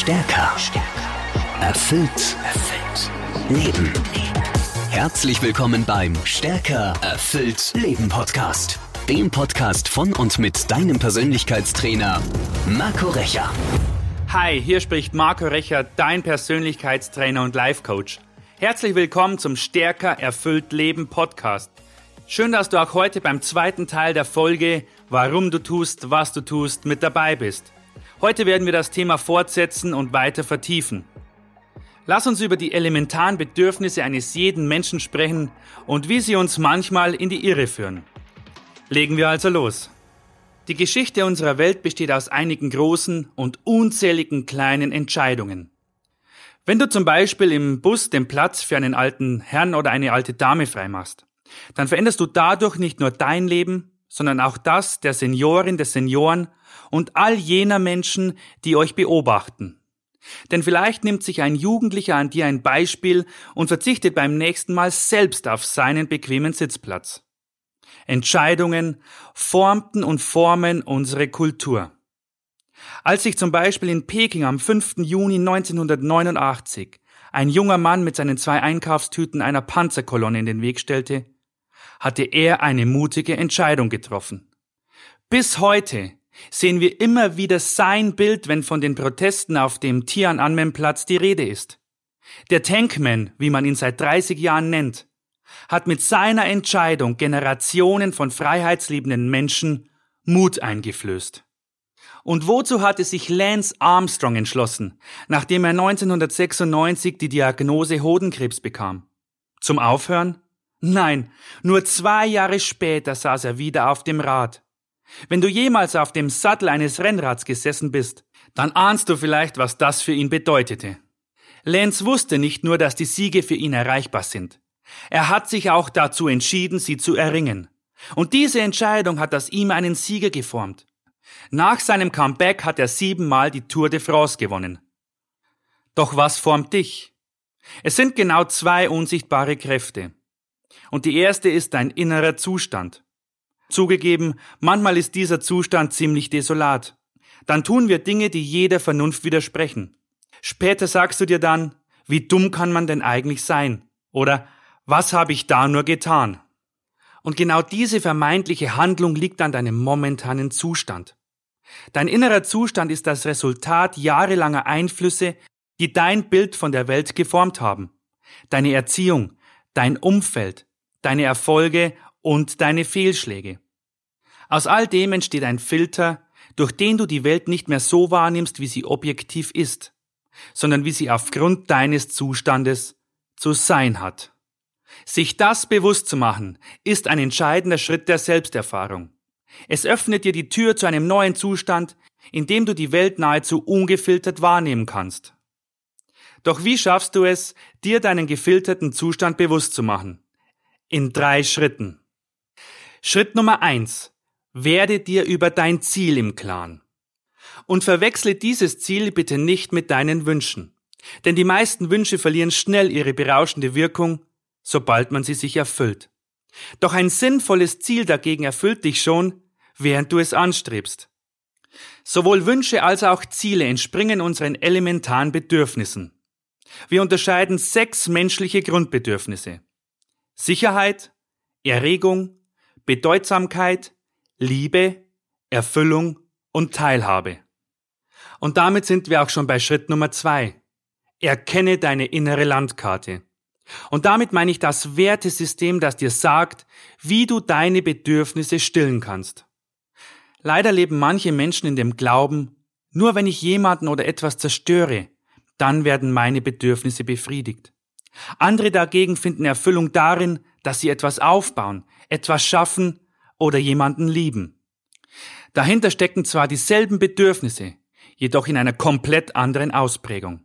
Stärker. Erfüllt. Leben. Herzlich willkommen beim Stärker erfüllt Leben Podcast. Dem Podcast von und mit deinem Persönlichkeitstrainer Marco Recher. Hi, hier spricht Marco Recher, dein Persönlichkeitstrainer und Life-Coach. Herzlich willkommen zum Stärker erfüllt Leben Podcast. Schön, dass du auch heute beim zweiten Teil der Folge Warum du tust, was du tust mit dabei bist. Heute werden wir das Thema fortsetzen und weiter vertiefen. Lass uns über die elementaren Bedürfnisse eines jeden Menschen sprechen und wie sie uns manchmal in die Irre führen. Legen wir also los. Die Geschichte unserer Welt besteht aus einigen großen und unzähligen kleinen Entscheidungen. Wenn du zum Beispiel im Bus den Platz für einen alten Herrn oder eine alte Dame freimachst, dann veränderst du dadurch nicht nur dein Leben, sondern auch das der Seniorin, des Senioren und all jener Menschen, die euch beobachten. Denn vielleicht nimmt sich ein Jugendlicher an dir ein Beispiel und verzichtet beim nächsten Mal selbst auf seinen bequemen Sitzplatz. Entscheidungen formten und formen unsere Kultur. Als sich zum Beispiel in Peking am 5. Juni 1989 ein junger Mann mit seinen 2 Einkaufstüten einer Panzerkolonne in den Weg stellte, hatte er eine mutige Entscheidung getroffen. Bis heute sehen wir immer wieder sein Bild, wenn von den Protesten auf dem Tiananmen-Platz die Rede ist. Der Tankman, wie man ihn seit 30 Jahren nennt, hat mit seiner Entscheidung Generationen von freiheitsliebenden Menschen Mut eingeflößt. Und wozu hatte sich Lance Armstrong entschlossen, nachdem er 1996 die Diagnose Hodenkrebs bekam? Zum Aufhören? Nein, nur 2 Jahre später saß er wieder auf dem Rad. Wenn du jemals auf dem Sattel eines Rennrads gesessen bist, dann ahnst du vielleicht, was das für ihn bedeutete. Lance wusste nicht nur, dass die Siege für ihn erreichbar sind. Er hat sich auch dazu entschieden, sie zu erringen. Und diese Entscheidung hat aus ihm einen Sieger geformt. Nach seinem Comeback hat er 7-mal die Tour de France gewonnen. Doch was formt dich? Es sind genau 2 unsichtbare Kräfte. Und die erste ist dein innerer Zustand. Zugegeben, manchmal ist dieser Zustand ziemlich desolat. Dann tun wir Dinge, die jeder Vernunft widersprechen. Später sagst du dir dann, wie dumm kann man denn eigentlich sein? Oder, was habe ich da nur getan? Und genau diese vermeintliche Handlung liegt an deinem momentanen Zustand. Dein innerer Zustand ist das Resultat jahrelanger Einflüsse, die dein Bild von der Welt geformt haben. Deine Erziehung, dein Umfeld, deine Erfolge und deine Fehlschläge. Aus all dem entsteht ein Filter, durch den du die Welt nicht mehr so wahrnimmst, wie sie objektiv ist, sondern wie sie aufgrund deines Zustandes zu sein hat. Sich das bewusst zu machen, ist ein entscheidender Schritt der Selbsterfahrung. Es öffnet dir die Tür zu einem neuen Zustand, in dem du die Welt nahezu ungefiltert wahrnehmen kannst. Doch wie schaffst du es, dir deinen gefilterten Zustand bewusst zu machen? In 3 Schritten. Schritt Nummer 1. Werde dir über dein Ziel im Klaren. Und verwechsle dieses Ziel bitte nicht mit deinen Wünschen. Denn die meisten Wünsche verlieren schnell ihre berauschende Wirkung, sobald man sie sich erfüllt. Doch ein sinnvolles Ziel dagegen erfüllt dich schon, während du es anstrebst. Sowohl Wünsche als auch Ziele entspringen unseren elementaren Bedürfnissen. Wir unterscheiden 6 menschliche Grundbedürfnisse. Sicherheit, Erregung, Bedeutsamkeit, Liebe, Erfüllung und Teilhabe. Und damit sind wir auch schon bei Schritt Nummer 2. Erkenne deine innere Landkarte. Und damit meine ich das Wertesystem, das dir sagt, wie du deine Bedürfnisse stillen kannst. Leider leben manche Menschen in dem Glauben, nur wenn ich jemanden oder etwas zerstöre, dann werden meine Bedürfnisse befriedigt. Andere dagegen finden Erfüllung darin, dass sie etwas aufbauen, etwas schaffen oder jemanden lieben. Dahinter stecken zwar dieselben Bedürfnisse, jedoch in einer komplett anderen Ausprägung.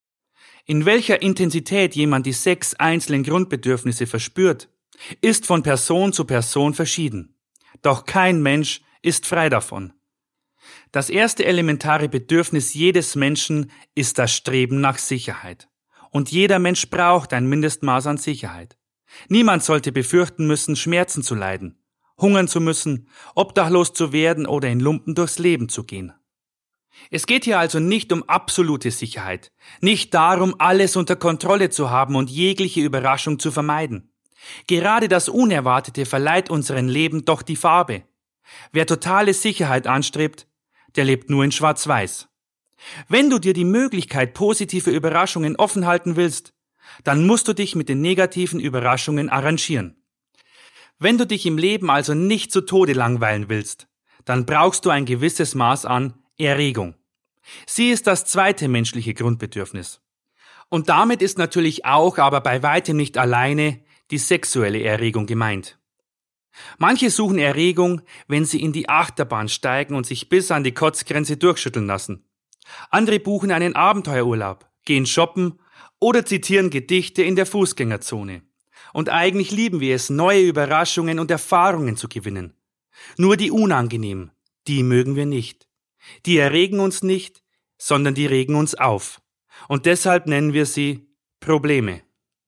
In welcher Intensität jemand die 6 einzelnen Grundbedürfnisse verspürt, ist von Person zu Person verschieden. Doch kein Mensch ist frei davon. Das erste elementare Bedürfnis jedes Menschen ist das Streben nach Sicherheit. Und jeder Mensch braucht ein Mindestmaß an Sicherheit. Niemand sollte befürchten müssen, Schmerzen zu leiden, hungern zu müssen, obdachlos zu werden oder in Lumpen durchs Leben zu gehen. Es geht hier also nicht um absolute Sicherheit, nicht darum, alles unter Kontrolle zu haben und jegliche Überraschung zu vermeiden. Gerade das Unerwartete verleiht unserem Leben doch die Farbe. Wer totale Sicherheit anstrebt, der lebt nur in Schwarz-Weiß. Wenn du dir die Möglichkeit positive Überraschungen offen halten willst, dann musst du dich mit den negativen Überraschungen arrangieren. Wenn du dich im Leben also nicht zu Tode langweilen willst, dann brauchst du ein gewisses Maß an Erregung. Sie ist das zweite menschliche Grundbedürfnis. Und damit ist natürlich auch, aber bei weitem nicht alleine, die sexuelle Erregung gemeint. Manche suchen Erregung, wenn sie in die Achterbahn steigen und sich bis an die Kotzgrenze durchschütteln lassen. Andere buchen einen Abenteuerurlaub, gehen shoppen oder zitieren Gedichte in der Fußgängerzone. Und eigentlich lieben wir es, neue Überraschungen und Erfahrungen zu gewinnen. Nur die unangenehmen, die mögen wir nicht. Die erregen uns nicht, sondern die regen uns auf. Und deshalb nennen wir sie Probleme.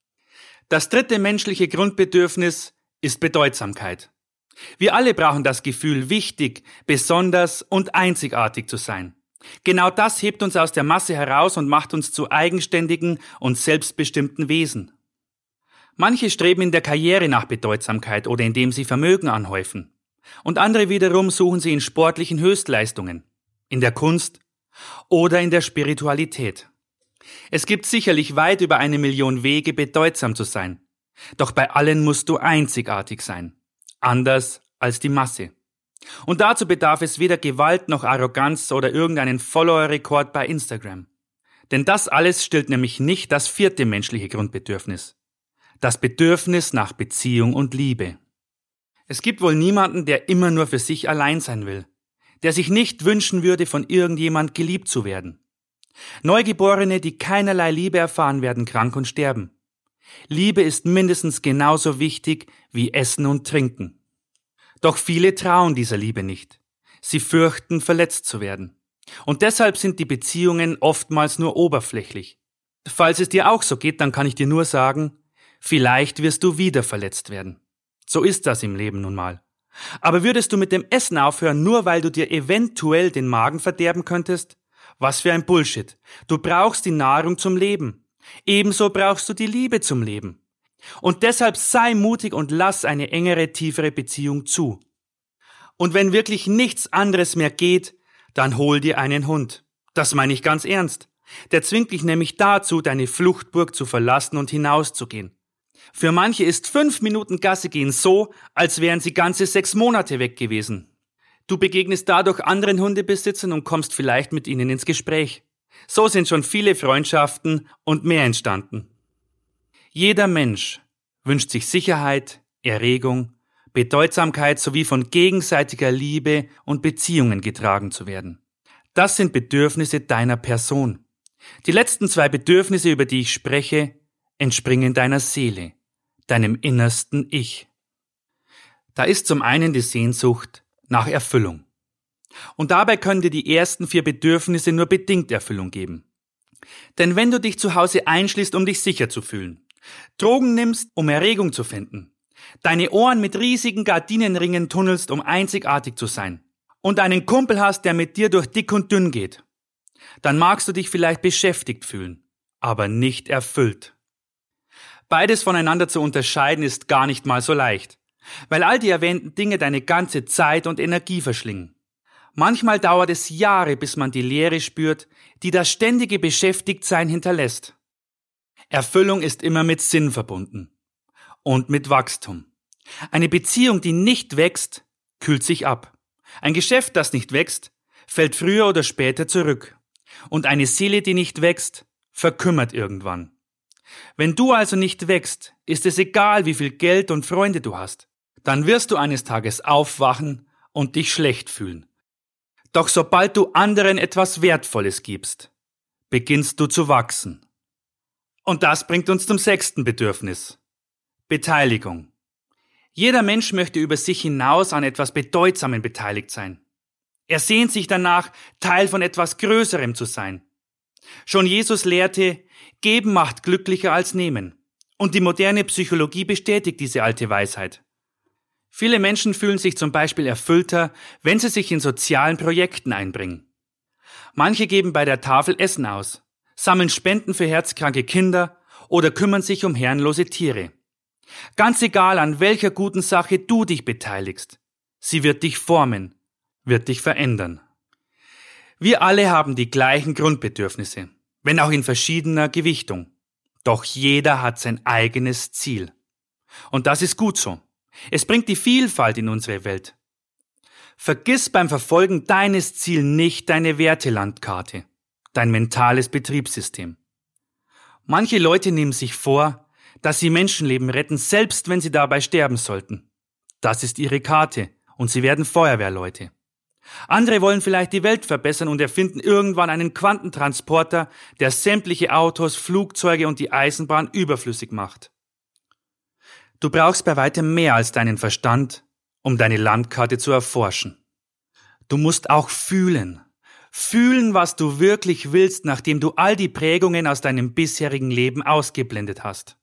Das dritte menschliche Grundbedürfnis ist Bedeutsamkeit. Wir alle brauchen das Gefühl, wichtig, besonders und einzigartig zu sein. Genau das hebt uns aus der Masse heraus und macht uns zu eigenständigen und selbstbestimmten Wesen. Manche streben in der Karriere nach Bedeutsamkeit oder indem sie Vermögen anhäufen. Und andere wiederum suchen sie in sportlichen Höchstleistungen, in der Kunst oder in der Spiritualität. Es gibt sicherlich weit über 1 Million Wege, bedeutsam zu sein. Doch bei allen musst du einzigartig sein. Anders als die Masse. Und dazu bedarf es weder Gewalt noch Arroganz oder irgendeinen Follower-Rekord bei Instagram. Denn das alles stillt nämlich nicht das vierte menschliche Grundbedürfnis. Das Bedürfnis nach Beziehung und Liebe. Es gibt wohl niemanden, der immer nur für sich allein sein will. Der sich nicht wünschen würde, von irgendjemand geliebt zu werden. Neugeborene, die keinerlei Liebe erfahren, werden krank und sterben. Liebe ist mindestens genauso wichtig wie Essen und Trinken. Doch viele trauen dieser Liebe nicht. Sie fürchten, verletzt zu werden. Und deshalb sind die Beziehungen oftmals nur oberflächlich. Falls es dir auch so geht, dann kann ich dir nur sagen, vielleicht wirst du wieder verletzt werden. So ist das im Leben nun mal. Aber würdest du mit dem Essen aufhören, nur weil du dir eventuell den Magen verderben könntest? Was für ein Bullshit. Du brauchst die Nahrung zum Leben. Ebenso brauchst du die Liebe zum Leben. Und deshalb sei mutig und lass eine engere, tiefere Beziehung zu. Und wenn wirklich nichts anderes mehr geht, dann hol dir einen Hund. Das meine ich ganz ernst. Der zwingt dich nämlich dazu, deine Fluchtburg zu verlassen und hinauszugehen. Für manche ist 5 Minuten Gassi gehen so, als wären sie ganze 6 Monate weg gewesen. Du begegnest dadurch anderen Hundebesitzern und kommst vielleicht mit ihnen ins Gespräch. So sind schon viele Freundschaften und mehr entstanden. Jeder Mensch wünscht sich Sicherheit, Erregung, Bedeutsamkeit sowie von gegenseitiger Liebe und Beziehungen getragen zu werden. Das sind Bedürfnisse deiner Person. Die letzten 2 Bedürfnisse, über die ich spreche, entspringen deiner Seele, deinem innersten Ich. Da ist zum einen die Sehnsucht nach Erfüllung. Und dabei können dir die ersten 4 Bedürfnisse nur bedingt Erfüllung geben. Denn wenn du dich zu Hause einschließt, um dich sicher zu fühlen, Drogen nimmst, um Erregung zu finden, deine Ohren mit riesigen Gardinenringen tunnelst, um einzigartig zu sein, und einen Kumpel hast, der mit dir durch dick und dünn geht, dann magst du dich vielleicht beschäftigt fühlen, aber nicht erfüllt. Beides voneinander zu unterscheiden ist gar nicht mal so leicht, weil all die erwähnten Dinge deine ganze Zeit und Energie verschlingen. Manchmal dauert es Jahre, bis man die Leere spürt, die das ständige Beschäftigtsein hinterlässt. Erfüllung ist immer mit Sinn verbunden und mit Wachstum. Eine Beziehung, die nicht wächst, kühlt sich ab. Ein Geschäft, das nicht wächst, fällt früher oder später zurück. Und eine Seele, die nicht wächst, verkümmert irgendwann. Wenn du also nicht wächst, ist es egal, wie viel Geld und Freunde du hast. Dann wirst du eines Tages aufwachen und dich schlecht fühlen. Doch sobald du anderen etwas Wertvolles gibst, beginnst du zu wachsen. Und das bringt uns zum 6. Bedürfnis. Beteiligung. Jeder Mensch möchte über sich hinaus an etwas Bedeutsamem beteiligt sein. Er sehnt sich danach, Teil von etwas Größerem zu sein. Schon Jesus lehrte, Geben macht glücklicher als Nehmen. Und die moderne Psychologie bestätigt diese alte Weisheit. Viele Menschen fühlen sich zum Beispiel erfüllter, wenn sie sich in sozialen Projekten einbringen. Manche geben bei der Tafel Essen aus, sammeln Spenden für herzkranke Kinder oder kümmern sich um herrenlose Tiere. Ganz egal, an welcher guten Sache du dich beteiligst. Sie wird dich formen, wird dich verändern. Wir alle haben die gleichen Grundbedürfnisse, wenn auch in verschiedener Gewichtung. Doch jeder hat sein eigenes Ziel. Und das ist gut so. Es bringt die Vielfalt in unsere Welt. Vergiss beim Verfolgen deines Ziels nicht deine Wertelandkarte, dein mentales Betriebssystem. Manche Leute nehmen sich vor, dass sie Menschenleben retten, selbst wenn sie dabei sterben sollten. Das ist ihre Karte und sie werden Feuerwehrleute. Andere wollen vielleicht die Welt verbessern und erfinden irgendwann einen Quantentransporter, der sämtliche Autos, Flugzeuge und die Eisenbahn überflüssig macht. Du brauchst bei weitem mehr als deinen Verstand, um deine Landkarte zu erforschen. Du musst auch fühlen. Fühlen, was du wirklich willst, nachdem du all die Prägungen aus deinem bisherigen Leben ausgeblendet hast.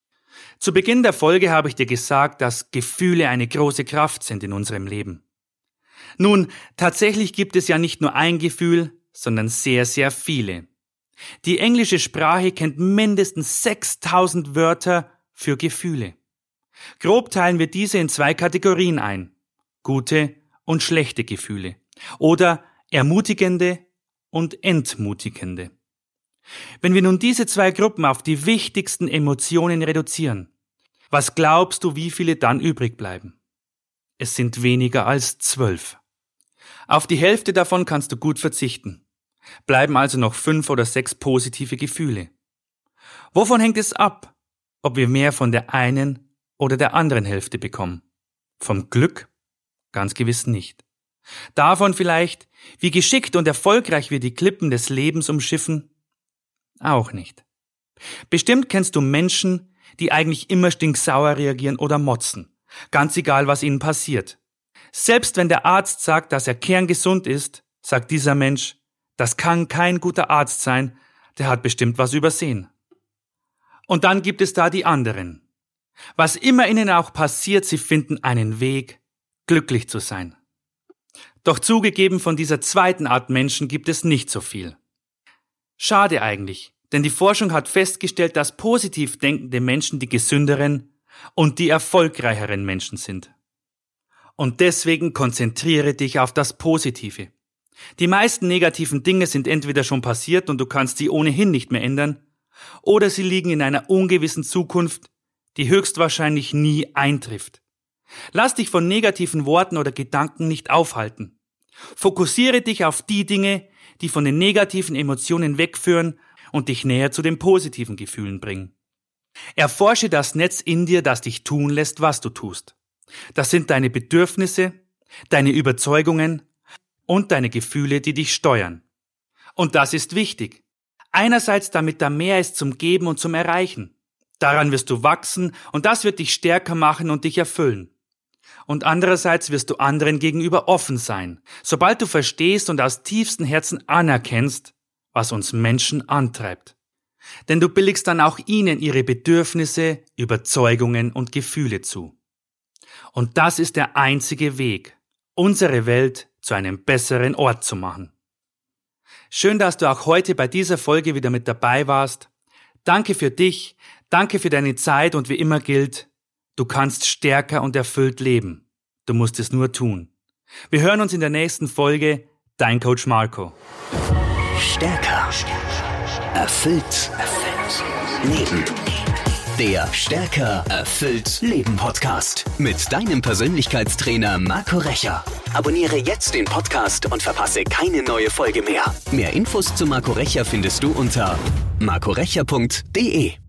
Zu Beginn der Folge habe ich dir gesagt, dass Gefühle eine große Kraft sind in unserem Leben. Nun, tatsächlich gibt es ja nicht nur ein Gefühl, sondern sehr, sehr viele. Die englische Sprache kennt mindestens 6000 Wörter für Gefühle. Grob teilen wir diese in 2 Kategorien ein: gute und schlechte Gefühle oder ermutigende und entmutigende. Wenn wir nun diese 2 Gruppen auf die wichtigsten Emotionen reduzieren, was glaubst du, wie viele dann übrig bleiben? Es sind weniger als 12. Auf die Hälfte davon kannst du gut verzichten. Bleiben also noch 5 oder 6 positive Gefühle. Wovon hängt es ab, ob wir mehr von der einen oder der anderen Hälfte bekommen? Vom Glück? Ganz gewiss nicht. Davon vielleicht, wie geschickt und erfolgreich wir die Klippen des Lebens umschiffen? Auch nicht. Bestimmt kennst du Menschen, die eigentlich immer stinksauer reagieren oder motzen. Ganz egal, was ihnen passiert. Selbst wenn der Arzt sagt, dass er kerngesund ist, sagt dieser Mensch, das kann kein guter Arzt sein, der hat bestimmt was übersehen. Und dann gibt es da die anderen. Was immer ihnen auch passiert, sie finden einen Weg, glücklich zu sein. Doch zugegeben, von dieser zweiten Art Menschen gibt es nicht so viel. Schade eigentlich, denn die Forschung hat festgestellt, dass positiv denkende Menschen die gesünderen und die erfolgreicheren Menschen sind. Und deswegen konzentriere dich auf das Positive. Die meisten negativen Dinge sind entweder schon passiert und du kannst sie ohnehin nicht mehr ändern, oder sie liegen in einer ungewissen Zukunft, die höchstwahrscheinlich nie eintrifft. Lass dich von negativen Worten oder Gedanken nicht aufhalten. Fokussiere dich auf die Dinge, die von den negativen Emotionen wegführen und dich näher zu den positiven Gefühlen bringen. Erforsche das Netz in dir, das dich tun lässt, was du tust. Das sind deine Bedürfnisse, deine Überzeugungen und deine Gefühle, die dich steuern. Und das ist wichtig. Einerseits, damit da mehr ist zum Geben und zum Erreichen. Daran wirst du wachsen und das wird dich stärker machen und dich erfüllen. Und andererseits wirst du anderen gegenüber offen sein, sobald du verstehst und aus tiefstem Herzen anerkennst, was uns Menschen antreibt. Denn du billigst dann auch ihnen ihre Bedürfnisse, Überzeugungen und Gefühle zu. Und das ist der einzige Weg, unsere Welt zu einem besseren Ort zu machen. Schön, dass du auch heute bei dieser Folge wieder mit dabei warst. Danke für dich, danke für deine Zeit und wie immer gilt, du kannst stärker und erfüllt leben. Du musst es nur tun. Wir hören uns in der nächsten Folge. Dein Coach Marco. Stärker. Erfüllt. Leben. Der Stärker erfüllt Leben Podcast mit deinem Persönlichkeitstrainer Marco Recher. Abonniere jetzt den Podcast und verpasse keine neue Folge mehr. Mehr Infos zu Marco Recher findest du unter marcorecher.de.